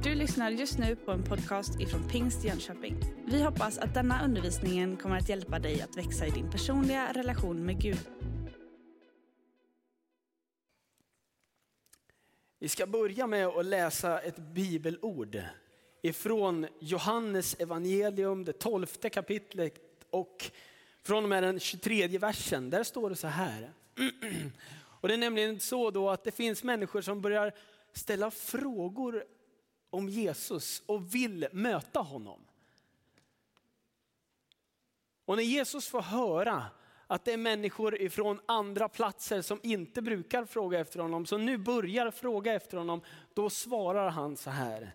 Du lyssnar just nu på en podcast ifrån Pingst Jönköping. Vi hoppas att denna undervisning kommer att hjälpa dig att växa i din personliga relation med Gud. Vi ska börja med att läsa ett bibelord ifrån Johannes evangelium, det 12:e kapitlet och från och med den 23:e versen. Där står det så här. Och det är nämligen så då att det finns människor som börjar ställa frågor om Jesus och vill möta honom. Och när Jesus får höra att det är människor ifrån andra platser som inte brukar fråga efter honom, så nu börjar fråga efter honom, då svarar han så här.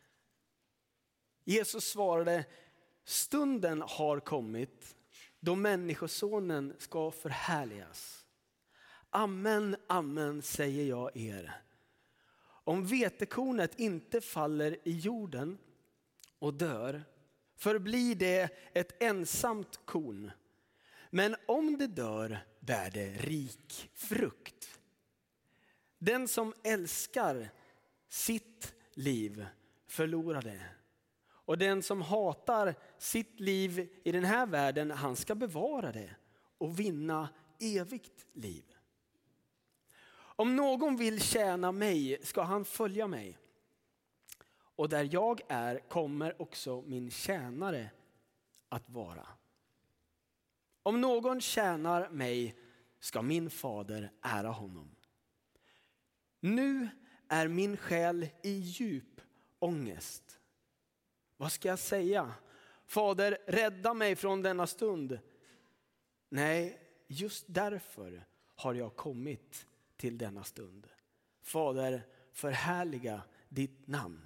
Jesus svarade: stunden har kommit då människosonen ska förhärligas. Amen, amen säger jag er. Om vetekornet inte faller i jorden och dör, förblir det ett ensamt korn. Men om det dör, bär det rik frukt. Den som älskar sitt liv förlorar det. Och den som hatar sitt liv i den här världen, han ska bevara det och vinna evigt liv. Om någon vill tjäna mig ska han följa mig. Och där jag är kommer också min tjänare att vara. Om någon tjänar mig ska min fader ära honom. Nu är min själ i djup ångest. Vad ska jag säga? Fader, rädda mig från denna stund. Nej, just därför har jag kommit till denna stund. Fader, förhärliga ditt namn.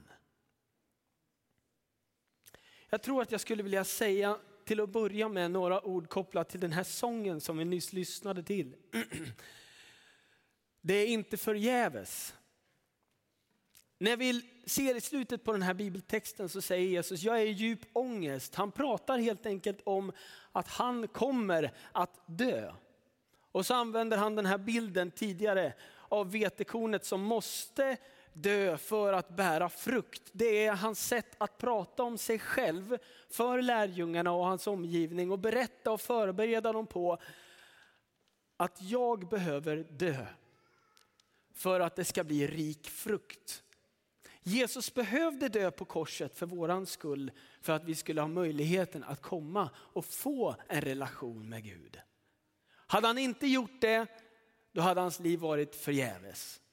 Jag tror att jag skulle vilja säga till att börja med några ord kopplat till den här sången som vi nyss lyssnade till. Det är inte förgäves. När vi ser i slutet på den här bibeltexten så säger Jesus, jag är i djup ångest. Han pratar helt enkelt om att han kommer att dö. Och så använder han den här bilden tidigare av vetekornet som måste dö för att bära frukt. Det är hans sätt att prata om sig själv för lärjungarna och hans omgivning och berätta och förbereda dem på att jag behöver dö för att det ska bli rik frukt. Jesus behövde dö på korset för våran skull för att vi skulle ha möjligheten att komma och få en relation med Gud. Hade han inte gjort det, då hade hans liv varit förgäves.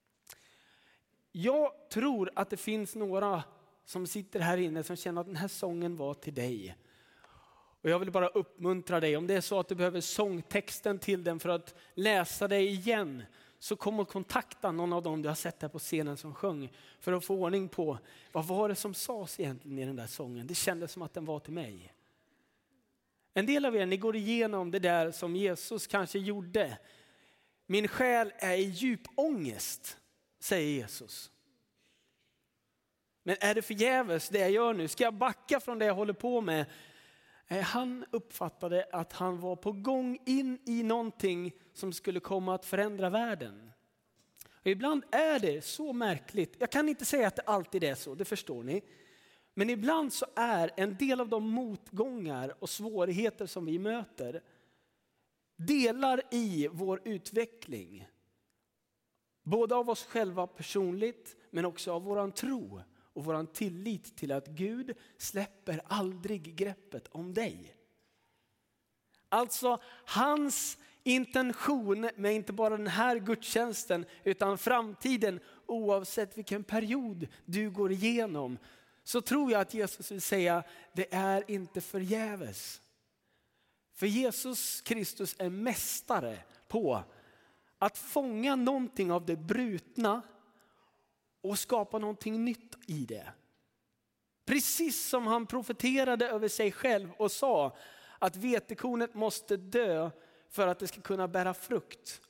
Jag tror att det finns några som sitter här inne som känner att den här sången var till dig. Och jag vill bara uppmuntra dig, om det är så att du behöver sångtexten till den för att läsa det igen, så kom och kontakta någon av dem du har sett här på scenen som sjöng för att få ordning på vad var det som sades egentligen i den där sången. Det kändes som att den var till mig. En del av er, ni går igenom det där som Jesus kanske gjorde. Min själ är i djup ångest, säger Jesus. Men är det förgäves det jag gör nu? Ska jag backa från det jag håller på med? Han uppfattade att han var på gång in i någonting som skulle komma att förändra världen. Och ibland är det så märkligt. Jag kan inte säga att det alltid är så, det förstår ni. Men ibland så är en del av de motgångar och svårigheter som vi möter delar i vår utveckling. Både av oss själva personligt men också av våran tro och våran tillit till att Gud släpper aldrig greppet om dig. Alltså hans intention med inte bara den här gudstjänsten utan framtiden, oavsett vilken period du går igenom, så tror jag att Jesus vill säga, det är inte förgäves. För Jesus Kristus är mästare på att fånga någonting av det brutna och skapa någonting nytt i det. Precis som han profeterade över sig själv och sa att vetekornet måste dö för att det ska kunna bära frukt.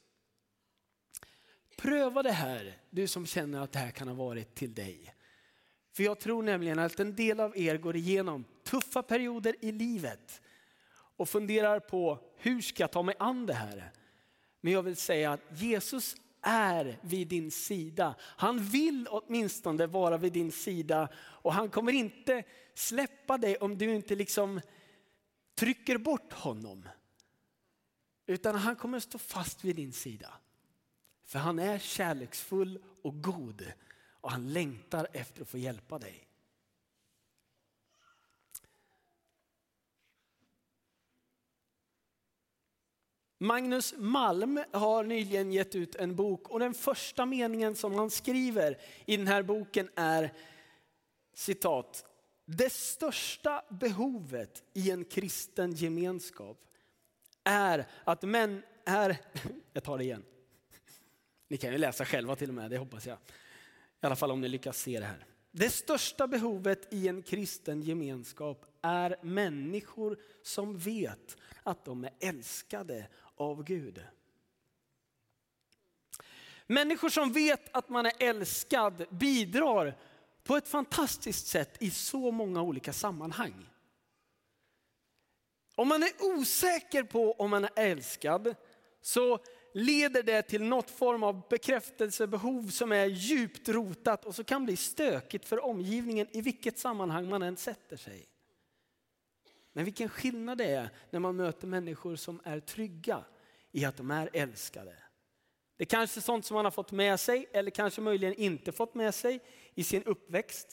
Pröva det här, du som känner att det här kan ha varit till dig. För jag tror nämligen att en del av er går igenom tuffa perioder i livet och funderar på hur ska jag ta mig an det här. Men jag vill säga att Jesus är vid din sida. Han vill åtminstone vara vid din sida. Och han kommer inte släppa dig om du inte liksom trycker bort honom. Utan han kommer stå fast vid din sida. För han är kärleksfull och god. Och han längtar efter att få hjälpa dig. Magnus Malm har nyligen gett ut en bok. Och den första meningen som han skriver i den här boken är citat. Det största behovet i en kristen gemenskap är att män är... Jag tar det igen. Ni kan ju läsa själva till och med, det hoppas jag. I alla fall om ni lyckas se det här. Det största behovet i en kristen gemenskap är människor som vet att de är älskade av Gud. Människor som vet att man är älskad bidrar på ett fantastiskt sätt i så många olika sammanhang. Om man är osäker på om man är älskad så leder det till något form av bekräftelsebehov som är djupt rotat och så kan bli stökigt för omgivningen i vilket sammanhang man än sätter sig. Men vilken skillnad det är när man möter människor som är trygga i att de är älskade. Det är kanske sånt som man har fått med sig eller kanske möjligen inte fått med sig i sin uppväxt.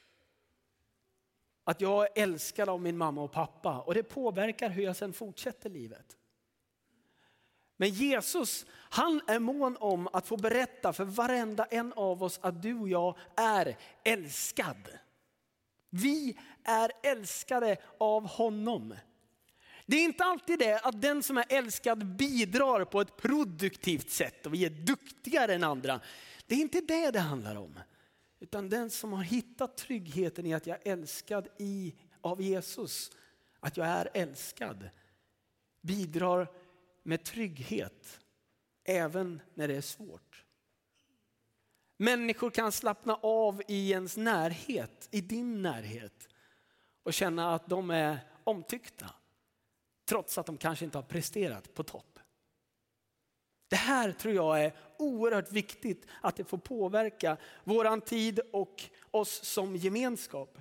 Att jag är älskad av min mamma och pappa och det påverkar hur jag sedan fortsätter livet. Men Jesus, han är mån om att få berätta för varenda en av oss att du och jag är älskad. Vi är älskade av honom. Det är inte alltid det att den som är älskad bidrar på ett produktivt sätt och vi är duktigare än andra. Det är inte det handlar om. Utan den som har hittat tryggheten i att jag är älskad av Jesus, att jag är älskad, bidrar med trygghet även när det är svårt. Människor kan slappna av i ens närhet, i din närhet och känna att de är omtyckta trots att de kanske inte har presterat på topp. Det här tror jag är oerhört viktigt att det får påverka våran tid och oss som gemenskap.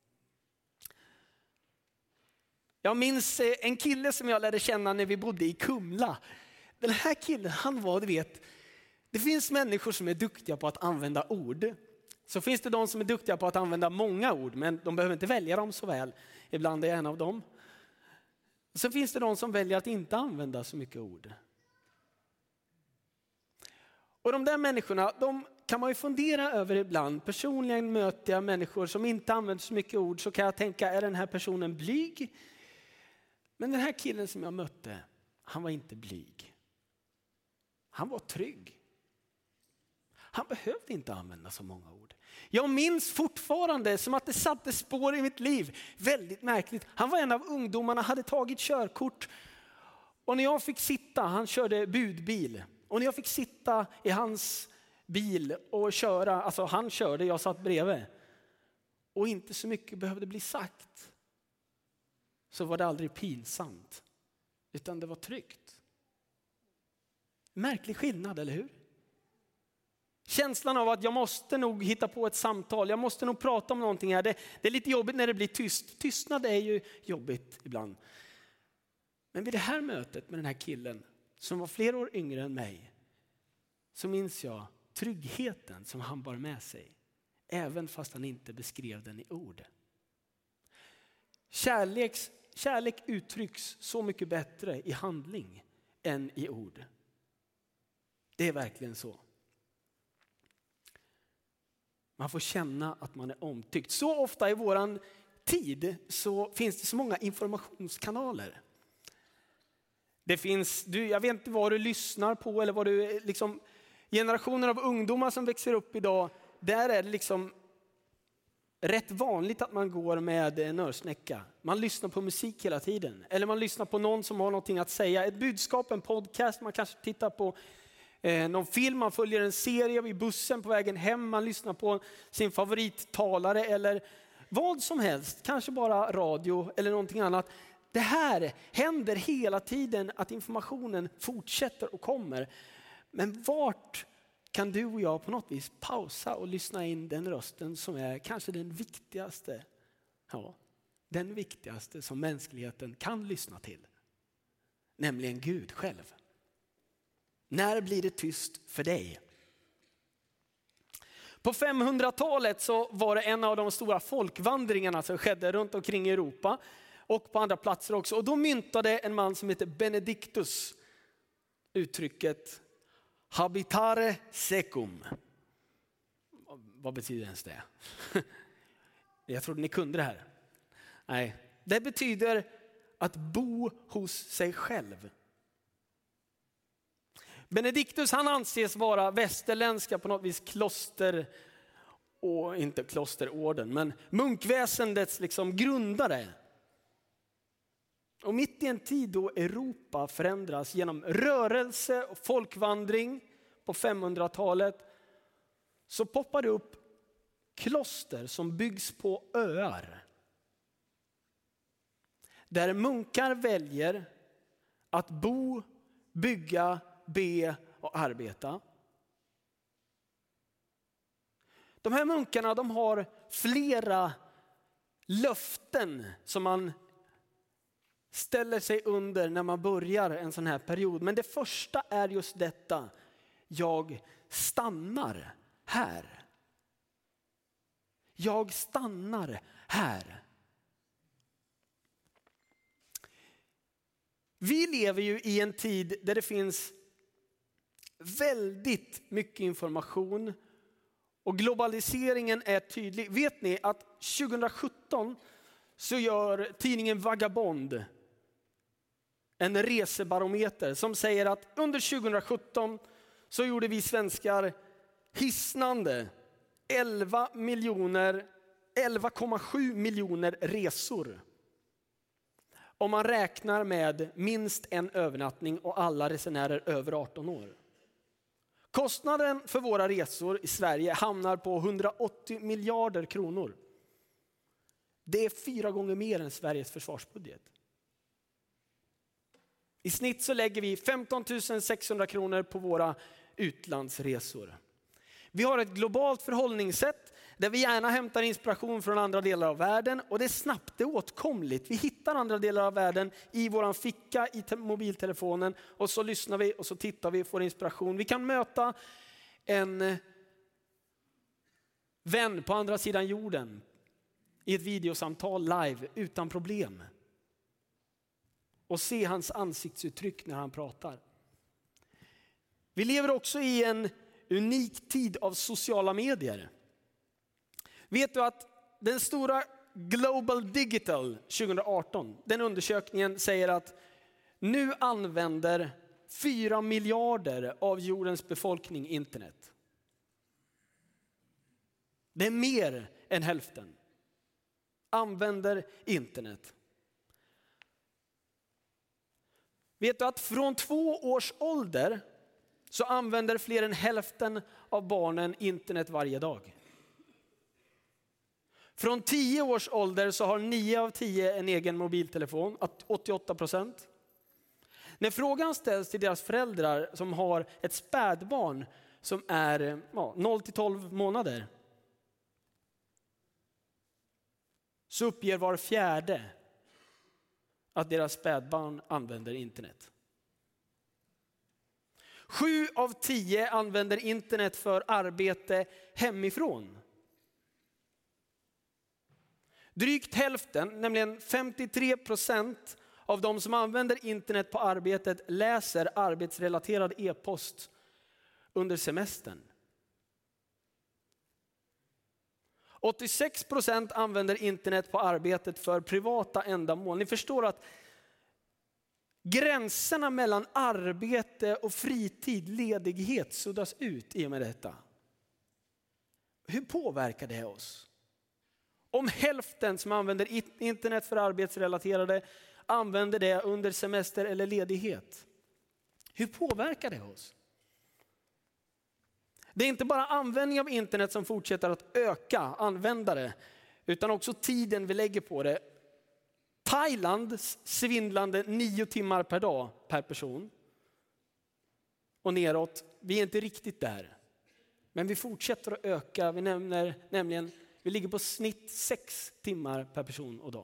Jag minns en kille som jag lärde känna när vi bodde i Kumla. Den här killen, han var, du vet, det finns människor som är duktiga på att använda ord. Så finns det de som är duktiga på att använda många ord, men de behöver inte välja dem så väl. Ibland är jag en av dem. Så finns det de som väljer att inte använda så mycket ord. Och de där människorna, de kan man ju fundera över ibland. Personligen möter jag människor som inte använder så mycket ord, så kan jag tänka, är den här personen blyg? Men den här killen som jag mötte, han var inte blyg. Han var trygg. Han behövde inte använda så många ord. Jag minns fortfarande som att det satte spår i mitt liv. Väldigt märkligt. Han var en av ungdomarna, hade tagit körkort. Och när jag fick sitta, han körde budbil. Och när jag fick sitta i hans bil och köra, alltså han körde, jag satt bredvid. Och inte så mycket behövde bli sagt. Så var det aldrig pinsamt. Utan det var tryggt. Märklig skillnad, eller hur? Känslan av att jag måste nog hitta på ett samtal. Jag måste nog prata om någonting här. Det är lite jobbigt när det blir tyst. Tystnad är ju jobbigt ibland. Men vid det här mötet med den här killen som var flera år yngre än mig, så minns jag tryggheten som han bar med sig. Även fast han inte beskrev den i ord. Kärlek uttrycks så mycket bättre i handling än i ord. Det är verkligen så. Man får känna att man är omtyckt. Så ofta i våran tid så finns det så många informationskanaler. Det finns, jag vet inte vad du lyssnar på eller vad du liksom, generationer av ungdomar som växer upp idag, där är det liksom rätt vanligt att man går med en örsnäcka. Man lyssnar på musik hela tiden. Eller man lyssnar på någon som har någonting att säga. Ett budskap, en podcast, man kanske tittar på någon film, man följer en serie i bussen på vägen hem, man lyssnar på sin favorittalare eller vad som helst, kanske bara radio eller någonting annat. Det här händer hela tiden, att informationen fortsätter och kommer. Men vart kan du och jag på något vis pausa och lyssna in den rösten som är kanske den viktigaste? Ja, den viktigaste som mänskligheten kan lyssna till. Nämligen Gud själv. När blir det tyst för dig? På 500-talet så var det en av de stora folkvandringarna som skedde runt omkring i Europa och på andra platser också. Och då myntade en man som heter Benedictus uttrycket habitare secum. Vad betyder ens det? Jag trodde ni kunde det här. Nej, det betyder att bo hos sig själv. Benedictus, han anses vara västerländska på något vis kloster, och inte klosterorden, men munkväsendets liksom grundare. Och mitt i en tid då Europa förändras genom rörelse och folkvandring på 500-talet, så poppar det upp kloster som byggs på öar. Där munkar väljer att bo, bygga, be och arbeta. De här munkarna, de har flera löften som man ställer sig under när man börjar en sån här period. Men det första är just detta: jag stannar här. Jag stannar här. Vi lever ju i en tid där det finns väldigt mycket information och globaliseringen är tydlig. Vet ni att 2017 så gör tidningen Vagabond en resebarometer som säger att under 2017 så gjorde vi svenskar hisnande 11,7 miljoner resor. Om man räknar med minst en övernattning och alla resenärer över 18 år. Kostnaden för våra resor i Sverige hamnar på 180 miljarder kronor. Det är 4 gånger mer än Sveriges försvarsbudget. I snitt så lägger vi 15 600 kronor på våra utlandsresor. Vi har ett globalt förhållningssätt där vi gärna hämtar inspiration från andra delar av världen, och det är snabbt, det är åtkomligt. Vi hittar andra delar av världen i våran ficka, i mobiltelefonen, och så lyssnar vi och så tittar vi och får inspiration. Vi kan möta en vän på andra sidan jorden i ett videosamtal live utan problem. Och se hans ansiktsuttryck när han pratar. Vi lever också i en unik tid av sociala medier. Vet du att den stora Global Digital 2018, den undersökningen säger att nu använder 4 miljarder av jordens befolkning internet. Det är mer än hälften. Använder internet. Vet du att från 2 års ålder så använder fler än hälften av barnen internet varje dag. Från 10 års ålder så har 9 av 10 en egen mobiltelefon, 88%. När frågan ställs till deras föräldrar som har ett spädbarn som är 0 till 12 månader, så uppger var fjärde att deras spädbarn använder internet. 7 av 10 använder internet för arbete hemifrån. Drygt hälften, nämligen 53% av de som använder internet på arbetet läser arbetsrelaterad e-post under semestern. 86% använder internet på arbetet för privata ändamål. Ni förstår att gränserna mellan arbete och fritid, ledighet, suddas ut i och med detta. Hur påverkar det oss? Om hälften som använder internet för arbetsrelaterade använder det under semester eller ledighet. Hur påverkar det oss? Det är inte bara användning av internet som fortsätter att öka användare, utan också tiden vi lägger på det. Thailands svindlande 9 timmar per dag per person. och neråt. Vi är inte riktigt där. Men vi fortsätter att öka. Vi ligger på snitt 6 timmar per person och dag.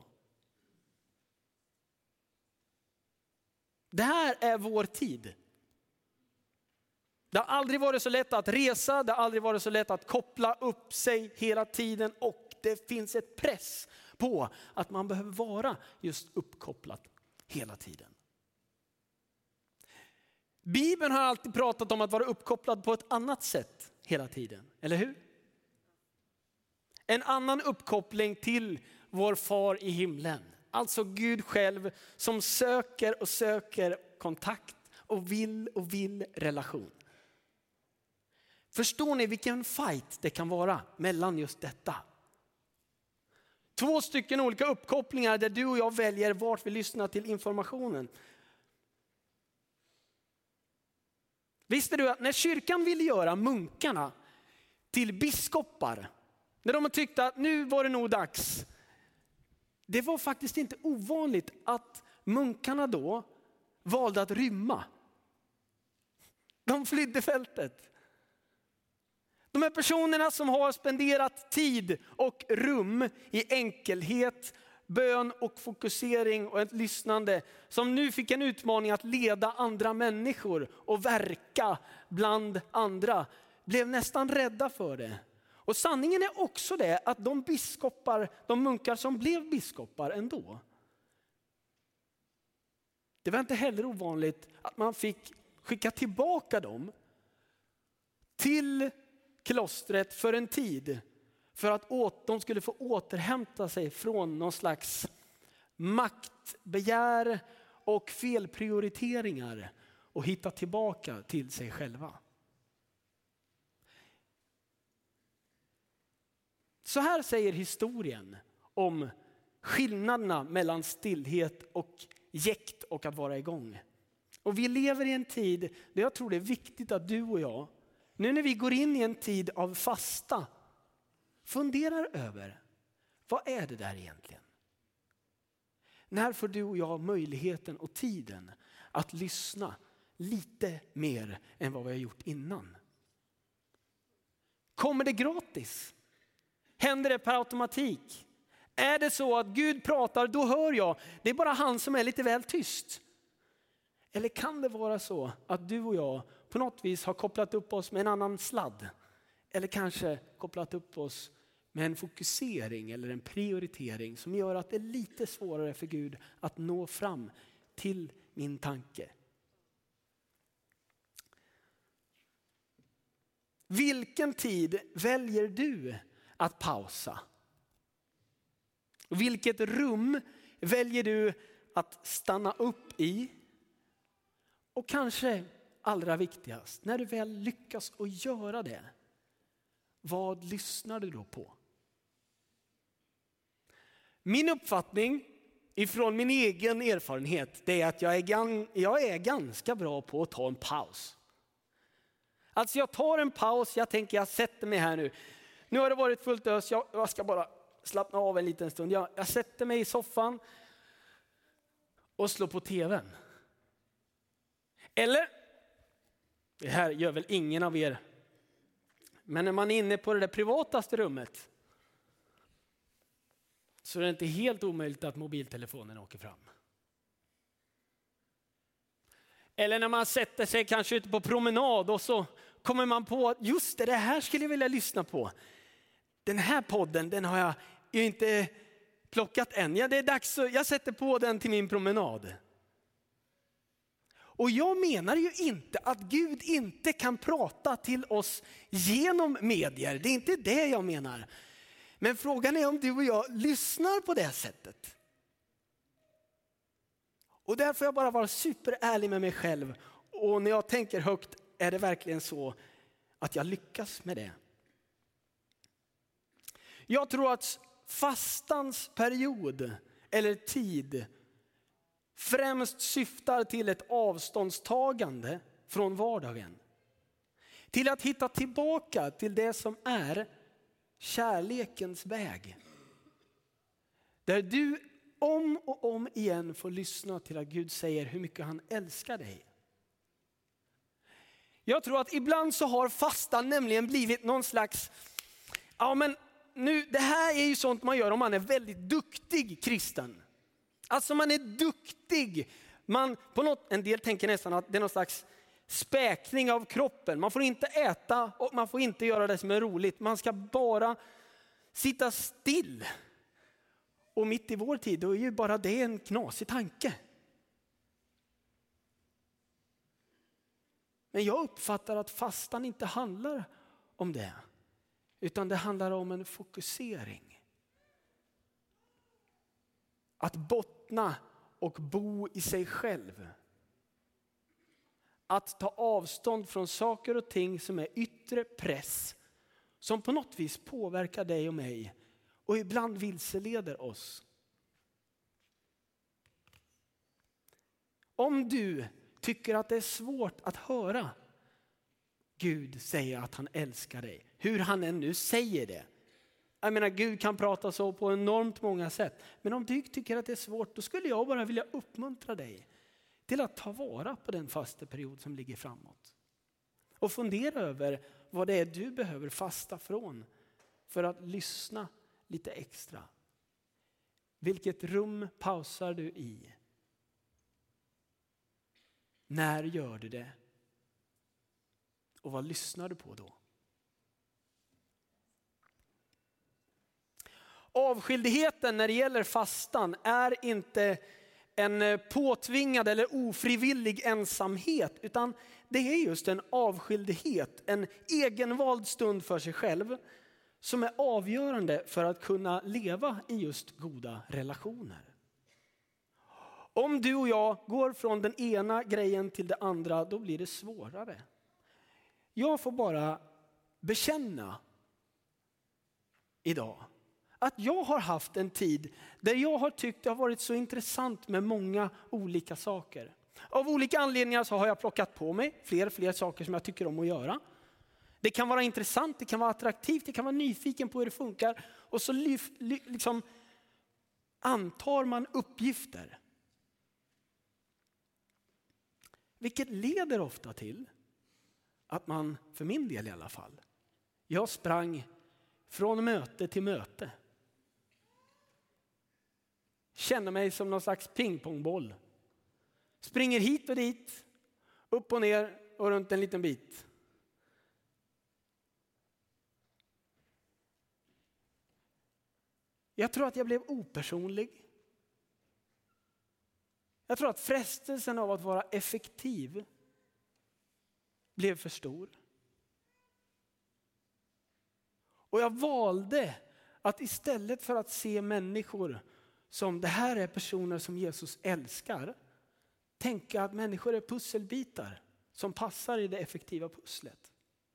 Det här är vår tid. Det har aldrig varit så lätt att resa, det har aldrig varit så lätt att koppla upp sig hela tiden, och det finns ett press på att man behöver vara just uppkopplad hela tiden. Bibeln har alltid pratat om att vara uppkopplad på ett annat sätt hela tiden, eller hur? En annan uppkoppling till vår far i himlen. Alltså Gud själv som söker och söker kontakt och vill relation. Förstår ni vilken fight det kan vara mellan just detta? 2 stycken olika uppkopplingar där du och jag väljer vart vi lyssnar till informationen. Visste du att när kyrkan ville göra munkarna till biskopar, när de tyckte att nu var det nog dags, det var faktiskt inte ovanligt att munkarna då valde att rymma. De flydde fältet. De här personerna som har spenderat tid och rum i enkelhet, bön och fokusering och ett lyssnande, som nu fick en utmaning att leda andra människor och verka bland andra, blev nästan rädda för det. Och sanningen är också det att de munkar som blev biskopar ändå, det var inte heller ovanligt att man fick skicka tillbaka dem till klostret för en tid, för att de skulle få återhämta sig från någon slags maktbegär och felprioriteringar och hitta tillbaka till sig själva. Så här säger historien om skillnaderna mellan stillhet och jäkt och att vara igång. Och vi lever i en tid där jag tror det är viktigt att du och jag, nu när vi går in i en tid av fasta, funderar över, vad är det där egentligen? När får du och jag möjligheten och tiden att lyssna lite mer än vad vi har gjort innan? Kommer det gratis? Händer det per automatik? Är det så att Gud pratar, då hör jag, det är bara han som är lite väl tyst? Eller kan det vara så att du och jag på något vis har kopplat upp oss med en annan sladd? Eller kanske kopplat upp oss med en fokusering eller en prioritering som gör att det är lite svårare för Gud att nå fram till min tanke. Vilken tid väljer du att pausa? Vilket rum väljer du att stanna upp i? Och kanske allra viktigast, när du väl lyckas att göra det, vad lyssnar du då på? Min uppfattning ifrån min egen erfarenhet, det är att jag är ganska bra på att ta en paus. Alltså jag tar en paus, jag tänker jag sätter mig här nu. Nu har det varit fullt ös, jag ska bara slappna av en liten stund. Jag sätter mig i soffan och slår på tvn. Eller, det här gör väl ingen av er, men när man är inne på det där privataste rummet så är det inte helt omöjligt att mobiltelefonen åker fram. Eller när man sätter sig kanske ute på promenad och så kommer man på att just det här skulle jag vilja lyssna på. Den här podden, den har jag ju inte plockat än. Ja, det är dags, jag sätter på den till min promenad. Och jag menar ju inte att Gud inte kan prata till oss genom medier. Det är inte det jag menar. Men frågan är om du och jag lyssnar på det sättet. Och där får jag bara vara superärlig med mig själv. Och när jag tänker högt, är det verkligen så att jag lyckas med det? Jag tror att fastans period eller tid främst syftar till ett avståndstagande från vardagen. Till att hitta tillbaka till det som är kärlekens väg. Där du om och om igen får lyssna till att Gud säger hur mycket han älskar dig. Jag tror att ibland så har fastan nämligen blivit någon slags, det här är ju sånt man gör om man är väldigt duktig kristen. Alltså man är duktig. En del tänker nästan att det är någon slags späkning av kroppen. Man får inte äta och man får inte göra det som är roligt. Man ska bara sitta still. Och mitt i vår tid, då är ju bara det en knasig tanke. Men jag uppfattar att fastan inte handlar om det. Utan det handlar om en fokusering. Att bottna och bo i sig själv. Att ta avstånd från saker och ting som är yttre press. Som på något vis påverkar dig och mig. Och ibland vilseleder oss. Om du tycker att det är svårt att höra Gud säga att han älskar dig. Hur han än nu säger det. Jag menar, Gud kan prata så på enormt många sätt. Men om du tycker att det är svårt, då skulle jag bara vilja uppmuntra dig till att ta vara på den fasteperiod som ligger framåt. Och fundera över vad det är du behöver fasta från för att lyssna lite extra. Vilket rum pausar du i? När gör du det? Och vad lyssnar du på då? Avskildheten när det gäller fastan är inte en påtvingad eller ofrivillig ensamhet, utan det är just en avskildhet, en egenvald stund för sig själv som är avgörande för att kunna leva i just goda relationer. Om du och jag går från den ena grejen till det andra, då blir det svårare. Jag får bara bekänna idag att jag har haft en tid där jag har tyckt det har varit så intressant med många olika saker. Av olika anledningar så har jag plockat på mig fler saker som jag tycker om att göra. Det kan vara intressant, det kan vara attraktivt, det kan vara nyfiken på hur det funkar. Och så liksom antar man uppgifter. Vilket leder ofta till att man, för min del i alla fall, jag sprang från möte till möte. Känner mig som någon slags pingpongboll. Springer hit och dit, upp och ner och runt en liten bit. Jag tror att jag blev opersonlig. Jag tror att frestelsen av att vara effektiv blev för stor. Och jag valde att istället för att se människor som det här är personer som Jesus älskar, tänka att människor är pusselbitar som passar i det effektiva pusslet.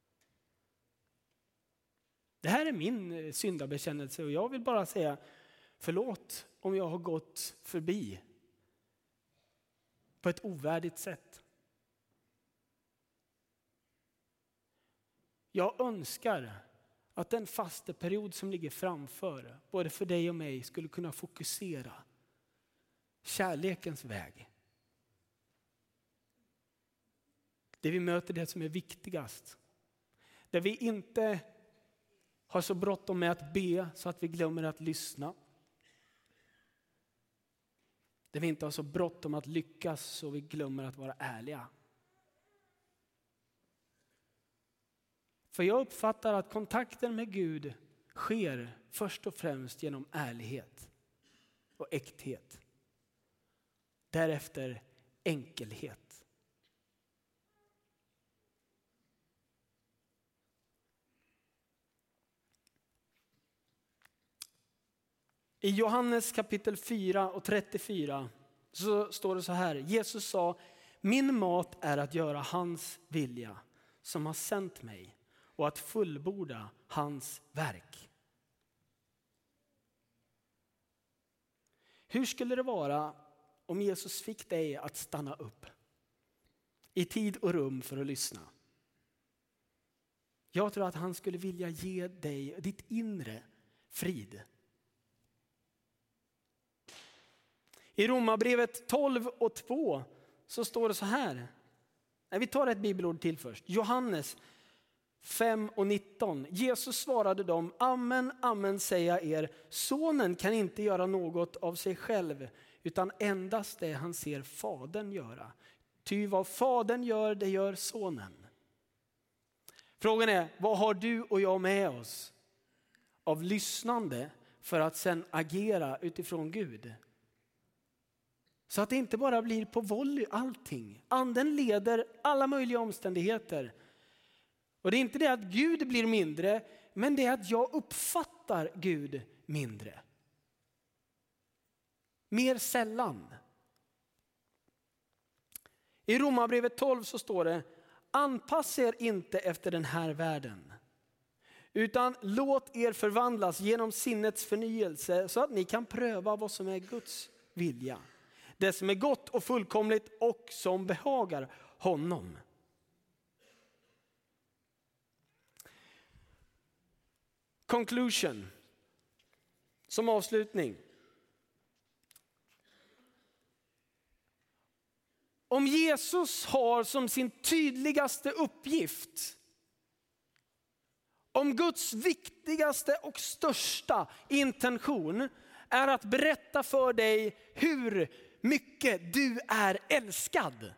Det här är min syndabekännelse och jag vill bara säga förlåt om jag har gått förbi på ett ovärdigt sätt. Jag önskar att den fasteperiod som ligger framför, både för dig och mig, skulle kunna fokusera kärlekens väg. Där vi möter det som är viktigast. Där vi inte har så bråttom med att be så att vi glömmer att lyssna. Där vi inte har så bråttom att lyckas så vi glömmer att vara ärliga. För jag uppfattar att kontakten med Gud sker först och främst genom ärlighet och äkthet. Därefter enkelhet. I Johannes kapitel 4 och 34 så står det så här. Jesus sa, min mat är att göra hans vilja som har sänt mig och att fullborda hans verk. Hur skulle det vara om Jesus fick dig att stanna upp i tid och rum för att lyssna? Jag tror att han skulle vilja ge dig ditt inre frid. I Romarbrevet 12 och 2 så står det så här. Nej, vi tar ett bibelord till först. Johannes 5:19. Jesus svarade dem: amen, amen säger jag er. Sonen kan inte göra något av sig själv, utan endast det han ser fadern göra. Ty vad fadern gör, det gör sonen. Frågan är, vad har du och jag med oss av lyssnande för att sen agera utifrån Gud? Så att det inte bara blir på volley allting. Anden leder alla möjliga omständigheter. Och det är inte det att Gud blir mindre, men det är att jag uppfattar Gud mindre. Mer sällan. I Romarbrevet 12 så står det: anpassa er inte efter den här världen, utan låt er förvandlas genom sinnets förnyelse så att ni kan pröva vad som är Guds vilja. Det som är gott och fullkomligt och som behagar honom. Conclusion. Som avslutning. Om Jesus har som sin tydligaste uppgift, om Guds viktigaste och största intention är att berätta för dig hur mycket du är älskad.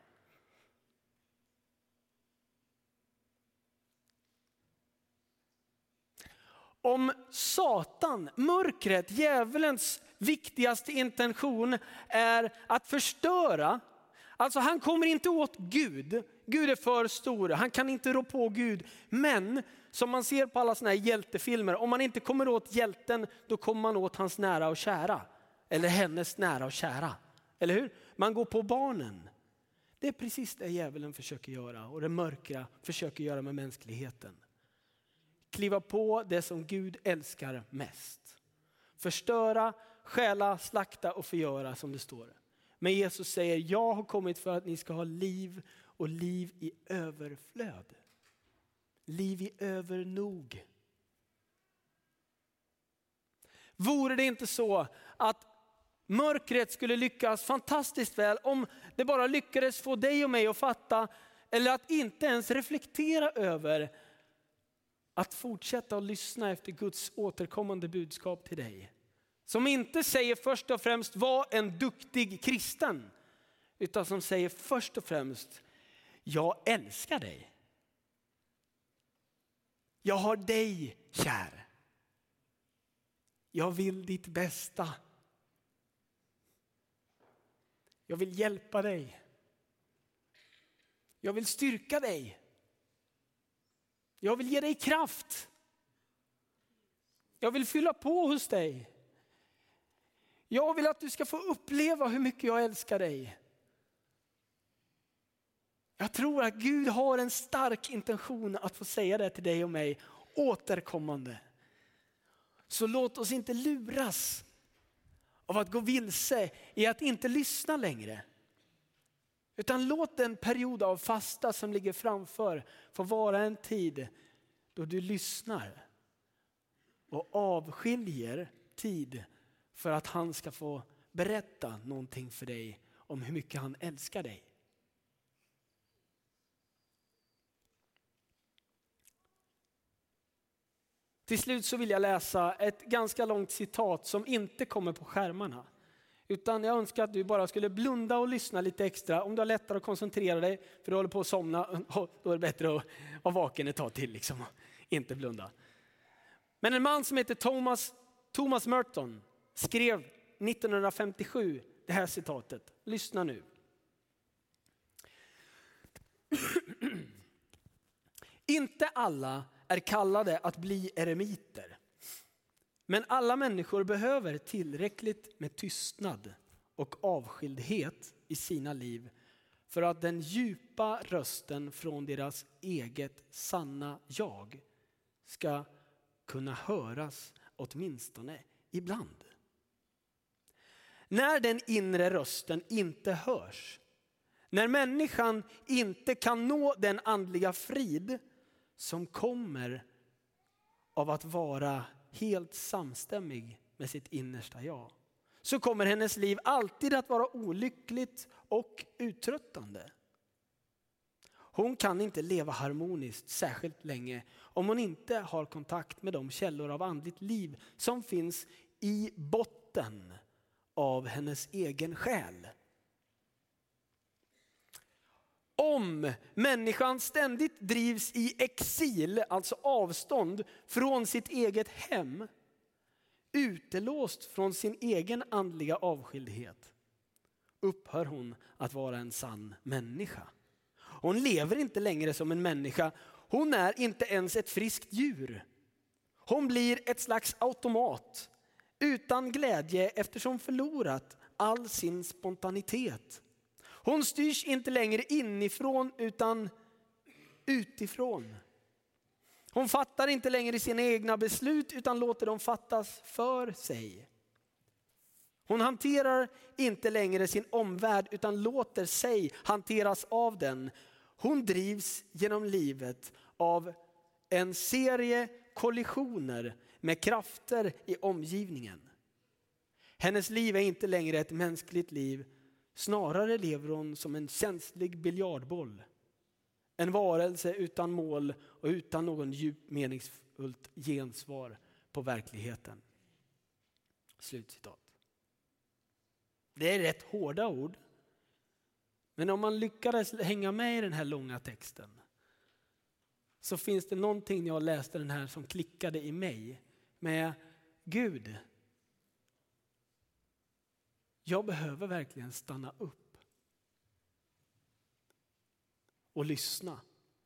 Om Satan, mörkret, djävulens viktigaste intention är att förstöra. Alltså han kommer inte åt Gud. Gud är för stor. Han kan inte rå på Gud. Men som man ser på alla såna här hjältefilmer, om man inte kommer åt hjälten, då kommer man åt hans nära och kära. Eller hennes nära och kära. Eller hur? Man går på barnen. Det är precis det djävulen försöker göra. Och det mörkra försöker göra med mänskligheten. Kliva på det som Gud älskar mest. Förstöra, stjäla, slakta och förgöra, som det står. Men Jesus säger: jag har kommit för att ni ska ha liv och liv i överflöd. Liv i övernog. Vore det inte så att mörkret skulle lyckas fantastiskt väl om det bara lyckades få dig och mig att fatta, eller att inte ens reflektera över att fortsätta att lyssna efter Guds återkommande budskap till dig. Som inte säger först och främst var en duktig kristen, utan som säger först och främst: jag älskar dig. Jag har dig kär. Jag vill ditt bästa. Jag vill hjälpa dig. Jag vill styrka dig. Jag vill ge dig kraft. Jag vill fylla på hos dig. Jag vill att du ska få uppleva hur mycket jag älskar dig. Jag tror att Gud har en stark intention att få säga det till dig och mig återkommande. Så låt oss inte luras av att gå vilse i att inte lyssna längre. Utan låt den period av fasta som ligger framför få vara en tid då du lyssnar och avskiljer tid för att han ska få berätta någonting för dig om hur mycket han älskar dig. Till slut så vill jag läsa ett ganska långt citat som inte kommer på skärmarna. Utan jag önskar att du bara skulle blunda och lyssna lite extra. Om du har lättare att koncentrera dig för du håller på att somna, då är det bättre att vara vaken ett tag till. Liksom. Inte blunda. Men en man som heter Thomas Merton skrev 1957 det här citatet. Lyssna nu. Inte alla är kallade att bli eremiter. Men alla människor behöver tillräckligt med tystnad och avskildhet i sina liv för att den djupa rösten från deras eget sanna jag ska kunna höras åtminstone ibland. När den inre rösten inte hörs, när människan inte kan nå den andliga frid som kommer av att vara helt samstämmig med sitt innersta jag, så kommer hennes liv alltid att vara olyckligt och uttröttande. Hon kan inte leva harmoniskt särskilt länge om hon inte har kontakt med de källor av andligt liv som finns i botten av hennes egen själ. Om människan ständigt drivs i exil, alltså avstånd från sitt eget hem, utelåst från sin egen andliga avskildhet, upphör hon att vara en sann människa. Hon lever inte längre som en människa. Hon är inte ens ett friskt djur. Hon blir ett slags automat utan glädje eftersom förlorat all sin spontanitet. Hon styrs inte längre inifrån utan utifrån. Hon fattar inte längre sina egna beslut utan låter dem fattas för sig. Hon hanterar inte längre sin omvärld utan låter sig hanteras av den. Hon drivs genom livet av en serie kollisioner med krafter i omgivningen. Hennes liv är inte längre ett mänskligt liv. Snarare lever hon som en känslig biljardboll. En varelse utan mål och utan någon djup meningsfullt gensvar på verkligheten. Slutcitat. Det är rätt hårda ord. Men om man lyckades hänga med i den här långa texten så finns det någonting när jag läste den här som klickade i mig med Gud. Jag behöver verkligen stanna upp och lyssna.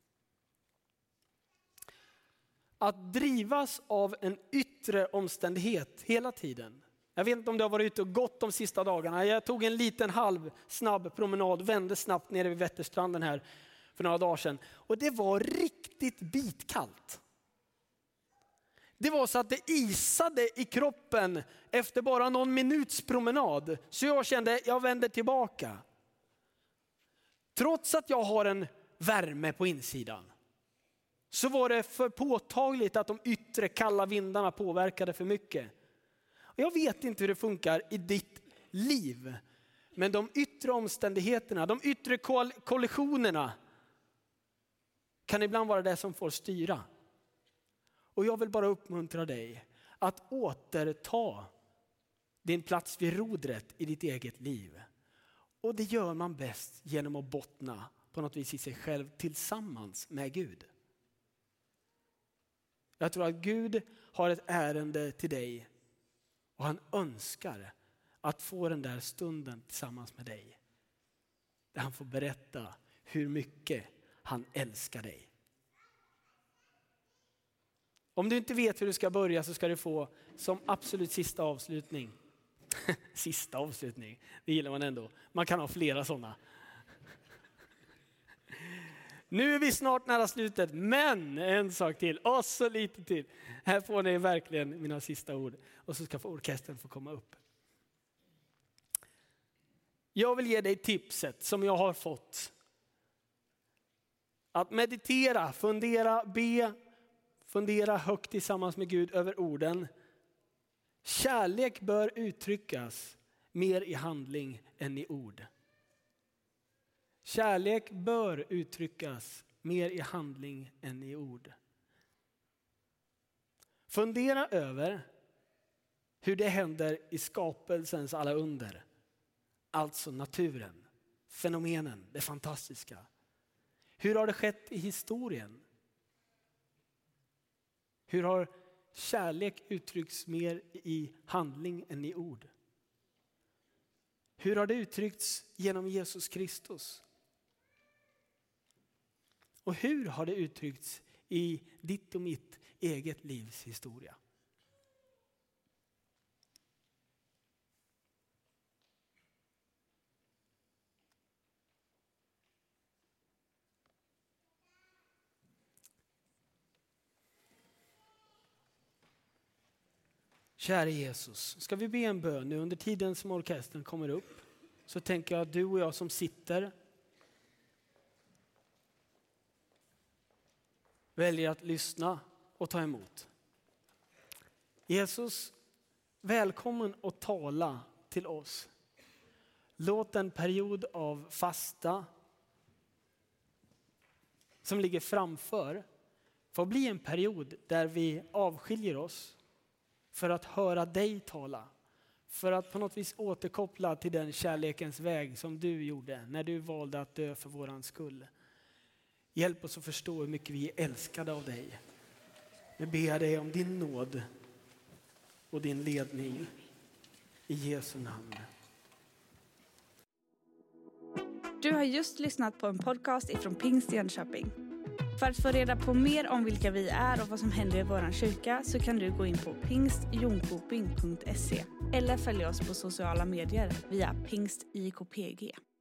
Att drivas av en yttre omständighet hela tiden. Jag vet inte om det har varit ute och gått de sista dagarna. Jag tog en liten snabb promenad, vände snabbt nere vid Vätterstranden här för några dagar sedan. Och det var riktigt bitkallt. Det var så att det isade i kroppen efter bara någon minuts promenad. Så jag kände, jag vänder tillbaka. Trots att jag har en värme på insidan så var det för påtagligt att de yttre kalla vindarna påverkade för mycket. Och jag vet inte hur det funkar i ditt liv. Men de yttre omständigheterna, de yttre kollisionerna kan ibland vara det som får styra. Och jag vill bara uppmuntra dig att återta din plats vid rodret i ditt eget liv. Och det gör man bäst genom att bottna på något vis i sig själv tillsammans med Gud. Jag tror att Gud har ett ärende till dig och han önskar att få den där stunden tillsammans med dig. Där han får berätta hur mycket han älskar dig. Om du inte vet hur du ska börja så ska du få som absolut sista avslutning. Sista avslutning, det gillar man ändå. Man kan ha flera sådana. Nu är vi snart nära slutet, men en sak till. Och så lite till. Här får ni verkligen mina sista ord. Och så ska orkestern få komma upp. Jag vill ge dig tipset som jag har fått. Att meditera, fundera, be. Fundera högt tillsammans med Gud över orden. Kärlek bör uttryckas mer i handling än i ord. Kärlek bör uttryckas mer i handling än i ord. Fundera över hur det händer i skapelsens alla under. Alltså naturen, fenomenen, det fantastiska. Hur har det skett i historien? Hur har kärlek uttryckts mer i handling än i ord? Hur har det uttryckts genom Jesus Kristus? Och hur har det uttryckts i ditt och mitt eget livs historia? Kära Jesus, ska vi be en bön nu under tiden som orkestern kommer upp? Så tänker jag att du och jag som sitter väljer att lyssna och ta emot. Jesus, välkommen att tala till oss. Låt en period av fasta som ligger framför får bli en period där vi avskiljer oss för att höra dig tala. För att på något vis återkoppla till den kärlekens väg som du gjorde när du valde att dö för våran skull. Hjälp oss att förstå hur mycket vi är älskade av dig. Vi ber dig om din nåd och din ledning. I Jesu namn. Du har just lyssnat på en podcast ifrån Pingst Jönköping. För att få reda på mer om vilka vi är och vad som händer i våran kyrka så kan du gå in på pingstjonkoping.se eller följa oss på sociala medier via pingstjkpg.